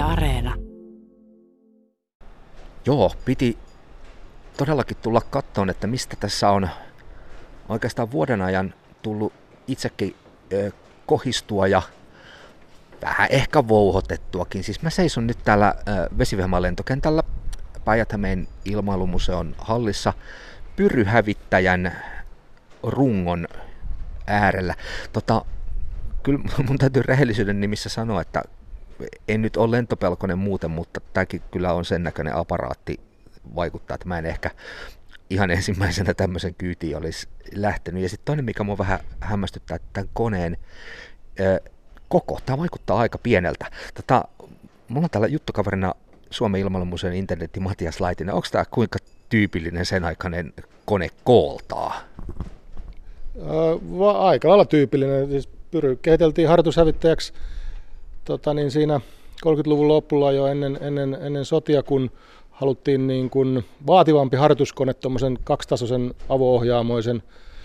Areena. Joo, piti todellakin tulla kattoon, että mistä tässä on oikeastaan vuoden ajan tullut itsekin kohistua ja vähän ehkä vouhotettuakin. Siis mä seison nyt täällä Vesivehmaan lentokentällä Päijät-Hämeen ilmailumuseon hallissa pyryhävittäjän rungon äärellä. Kyllä mun täytyy rehellisyyden nimissä sanoa, että en nyt ole lentopelkonen muuten, mutta tämäkin kyllä on sen näköinen aparaatti vaikuttaa, että mä en ehkä ihan ensimmäisenä tämmöisen kyytiin olisi lähtenyt. Ja sitten toinen, mikä mua vähän hämmästyttää, että tämän koneen koko, tämä vaikuttaa aika pieneltä. Mulla on täällä juttukaverina Suomen ilmailumuseon intendentti Matias Laitinen. Onko tämä kuinka tyypillinen sen aikainen kone kooltaa? Aika lailla tyypillinen. Siis Pyry kehiteltiin harjoitushävittäjäksi siinä 30-luvun lopulla jo ennen sotia, kun haluttiin niin kuin vaativampi harjoituskone, tuommoisen kaksitasoisen avo-ohjaamoisen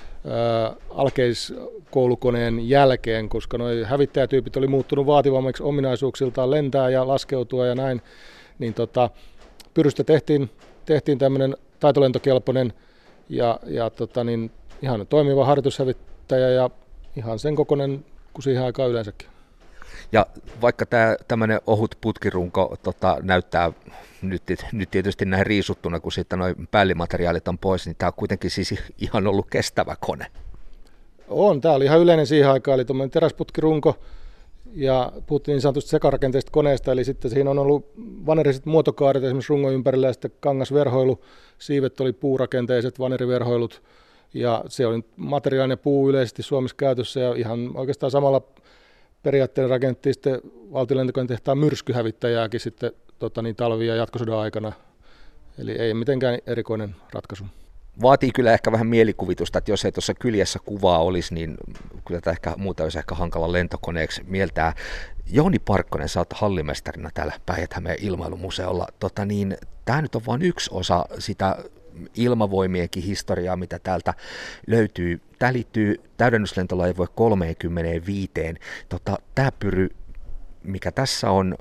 alkeiskoulukoneen jälkeen, koska nuo hävittäjätyypit oli muuttunut vaativammiksi ominaisuuksiltaan lentää ja laskeutua ja näin, niin Pyrystä tehtiin tämmöinen taitolentokelpoinen ja ihan toimiva harjoitushävittäjä ja ihan sen kokoinen kuin siihen aikaan yleensäkin. Ja vaikka tämmöinen ohut putkirunko näyttää nyt tietysti näin riisuttuna, kun sitten nuo päällimateriaalit on pois, niin tämä on kuitenkin siis ihan ollut kestävä kone. Tämä oli ihan yleinen siihen aikaan, eli tuommoinen teräsputkirunko, ja puhuttiin niin sanotusti sekarakenteista koneesta, eli sitten siinä on ollut vaneriset muotokaaret esimerkiksi rungon ympärillä, ja sitten kangasverhoilu, siivet oli puurakenteiset vaneriverhoilut, ja se oli materiaalinen puu yleisesti Suomessa käytössä, ja ihan oikeastaan samalla periaatteella rakennettiin sitten valtionlentokonetehtaan myrskyhävittäjääkin sitten talvi- ja jatkosodan aikana. Eli ei mitenkään erikoinen ratkaisu. Vaatii kyllä ehkä vähän mielikuvitusta, että jos ei tuossa kyljessä kuvaa olisi, niin kyllä tämä ehkä muuta olisi ehkä hankala lentokoneeksi mieltää. Jouni Parkkonen, sä oot hallimestarina täällä Päijät-Hämeen ilmailumuseolla. Tämä nyt on vain yksi osa sitä ilmavoimienkin historiaa, mitä täältä löytyy. Tämä liittyy täydennyslentolaivue 35. Tämä Pyry, mikä tässä on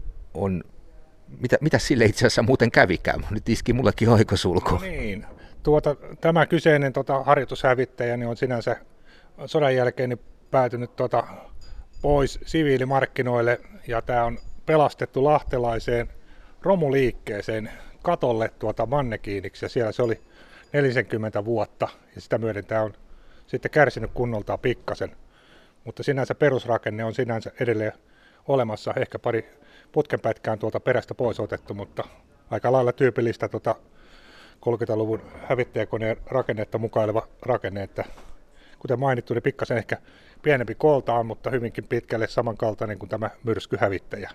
mitä sille itse asiassa muuten kävikään? Nyt iski mullekin oikosulku. No niin. Tämä kyseinen harjoitushävittäjä niin on sinänsä sodan jälkeen niin päätynyt pois siviilimarkkinoille, ja tämä on pelastettu lahtelaiseen romuliikkeeseen katolle mannekiiniksi, ja siellä se oli 40 vuotta, ja sitä myöden tämä on sitten kärsinyt kunnoltaan pikkasen. Mutta sinänsä perusrakenne on sinänsä edelleen olemassa, ehkä pari putkenpätkään perästä pois otettu, mutta aika lailla tyypillistä 30-luvun hävittäjäkoneen rakennetta mukaileva rakenne, että kuten mainittu, niin pikkasen ehkä pienempi kooltaan, mutta hyvinkin pitkälle samankaltainen kuin tämä myrskyhävittäjä.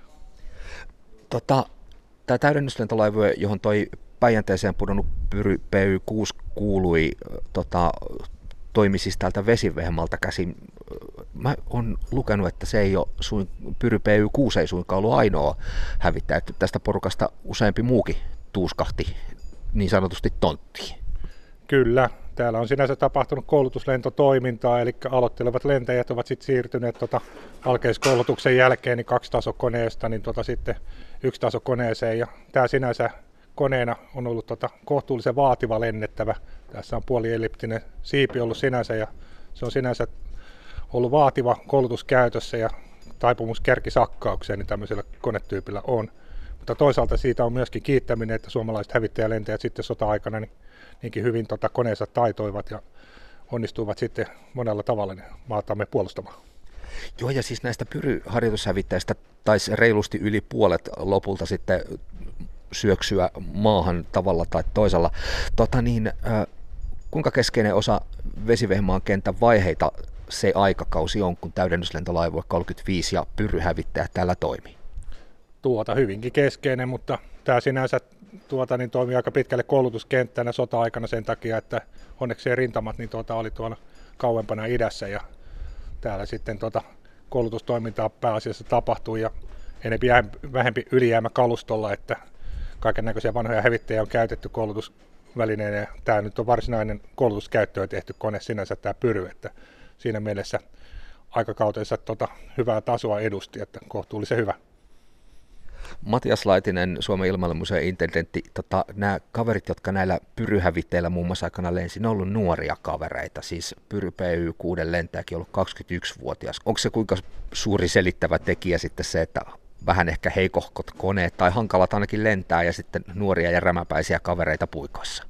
Tämä täydennyslentolaivue, johon toi Päijänteeseen pudonnut Pyry PY6 kuului, toimi siis täältä Vesivehmaalta käsin. Mä oon lukenut, että se ei ole Pyry PY6 ei suinkaan ollut ainoa hävittäjä, että tästä porukasta useampi muukin tuuskahti niin sanotusti tonttiin. Kyllä, täällä on sinänsä tapahtunut koulutuslentotoimintaa, eli aloittelevat lentäjät ovat sitten siirtyneet alkeiskoulutuksen jälkeen niin kaksitasokoneesta niin sitten yksitasokoneeseen, ja tämä sinänsä koneena on ollut kohtuullisen vaativa lennettävä. Tässä on puolielliptinen siipi ollut sinänsä, ja se on sinänsä ollut vaativa koulutuskäytössä, ja taipumus kärkisakkaukseen niin tämmöisellä konetyypillä on. Mutta toisaalta siitä on myöskin kiittäminen, että suomalaiset hävittäjälentäjät sitten sota-aikana niinkin hyvin koneensa taitoivat ja onnistuivat sitten monella tavalla maatamme puolustamaan. Joo, ja siis näistä Pyry-harjoitushävittäjistä taisi reilusti yli puolet lopulta sitten syöksyä maahan tavalla tai toisella. Kuinka keskeinen osa Vesivehmaan kentän vaiheita se aikakausi on, kun täydennyslentolaivue 35 ja Pyry-hävittäjä täällä toimii? Hyvinkin keskeinen, mutta tämä sinänsä toimii aika pitkälle koulutuskenttänä sota-aikana sen takia, että onneksi rintamat oli tuolla kauempana idässä, ja täällä sitten koulutustoimintaa pääasiassa tapahtui, ja vähempi ylijäämä kalustolla, että kaiken näköisiä vanhoja hävittäjiä on käytetty koulutusvälineenä, ja tämä nyt on varsinainen koulutuskäyttöön tehty kone sinänsä, tämä Pyry, että siinä mielessä aikakautensa hyvää tasoa edusti, että kohtuullisen hyvä. Matias Laitinen, Suomen ilmailumuseon intendentti, nämä kaverit, jotka näillä pyryhävitteillä muun muassa aikana lensi, ne on ollut nuoria kavereita, siis Pyry PY6 lentäjäkin on ollut 21-vuotias. Onko se kuinka suuri selittävä tekijä sitten se, että vähän ehkä heikohkot koneet tai hankalat ainakin lentää ja sitten nuoria ja rämäpäisiä kavereita puikoissa?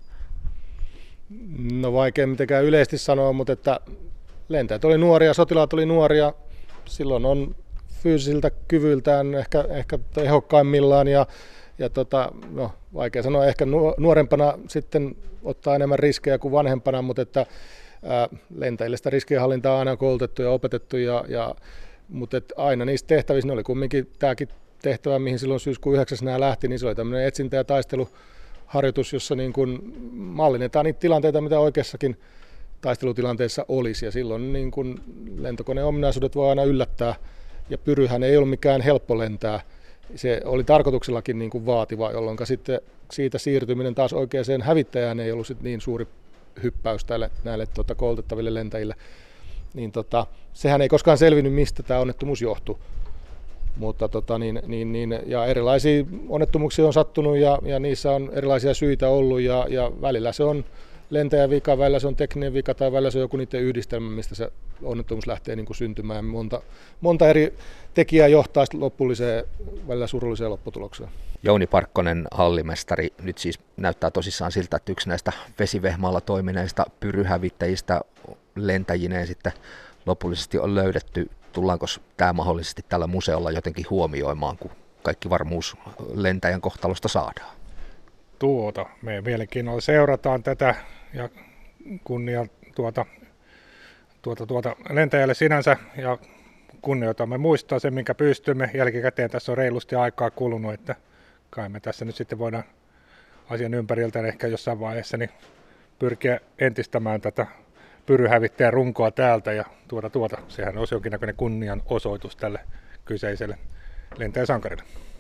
No vaikea mitenkään yleisesti sanoa, mutta että lentäjät oli nuoria, sotilaat oli nuoria, silloin on fyysisiltä kyvyltään ehkä tehokkaimmillaan ja no, vaikea sanoa, ehkä nuorempana sitten ottaa enemmän riskejä kuin vanhempana, mutta että lentäjille sitä riskienhallintaa on aina koulutettu ja opetettu, mutta että aina niissä tehtävissä, ne oli kumminkin tämäkin tehtävä, mihin silloin syyskuun 9. nämä lähti, niin se oli tämmöinen etsintä- ja taisteluharjoitus, jossa niin kuin mallinnetaan niitä tilanteita, mitä oikeassakin taistelutilanteessa olisi, ja silloin niin kuin lentokoneen ominaisuudet voi aina yllättää, ja Pyryhän ei ollut mikään helppo lentää. Se oli tarkoituksellakin niin kuin vaativa, jolloin sitten siitä siirtyminen taas oikeaan hävittäjään ei ollut niin suuri hyppäys näille koulutettaville lentäjille. Niin sehän ei koskaan selvinnyt, mistä tämä onnettomuus johtui. Mutta ja erilaisia onnettomuuksia on sattunut ja niissä on erilaisia syitä ollut ja välillä se on lentäjän vika, välillä se on tekninen vika tai välillä se on joku niiden yhdistelmä, mistä se onnettomuus lähtee niin kuin syntymään. Monta eri tekijää johtaa lopulliseen, välillä surulliseen lopputulokseen. Jouni Parkkonen, hallimestari, nyt siis näyttää tosissaan siltä, että yksi näistä vesivehmaalla toimineista pyryhävittäjistä lentäjineen sitten lopullisesti on löydetty. Tullaanko tämä mahdollisesti tällä museolla jotenkin huomioimaan, kun kaikki varmuus lentäjän kohtalosta saadaan? Me mielenkiinnolla seurataan tätä ja kunnia lentäjälle sinänsä ja kunnioitamme muistaa sen, minkä pystymme. Jälkikäteen tässä on reilusti aikaa kulunut, että kai me tässä nyt sitten voidaan asian ympäriltä ehkä jossain vaiheessa niin pyrkiä entistämään tätä pyryhävittäjän runkoa täältä ja sehän olisi jonkinnäköinen kunnian osoitus tälle kyseiselle lentäjäsankarille.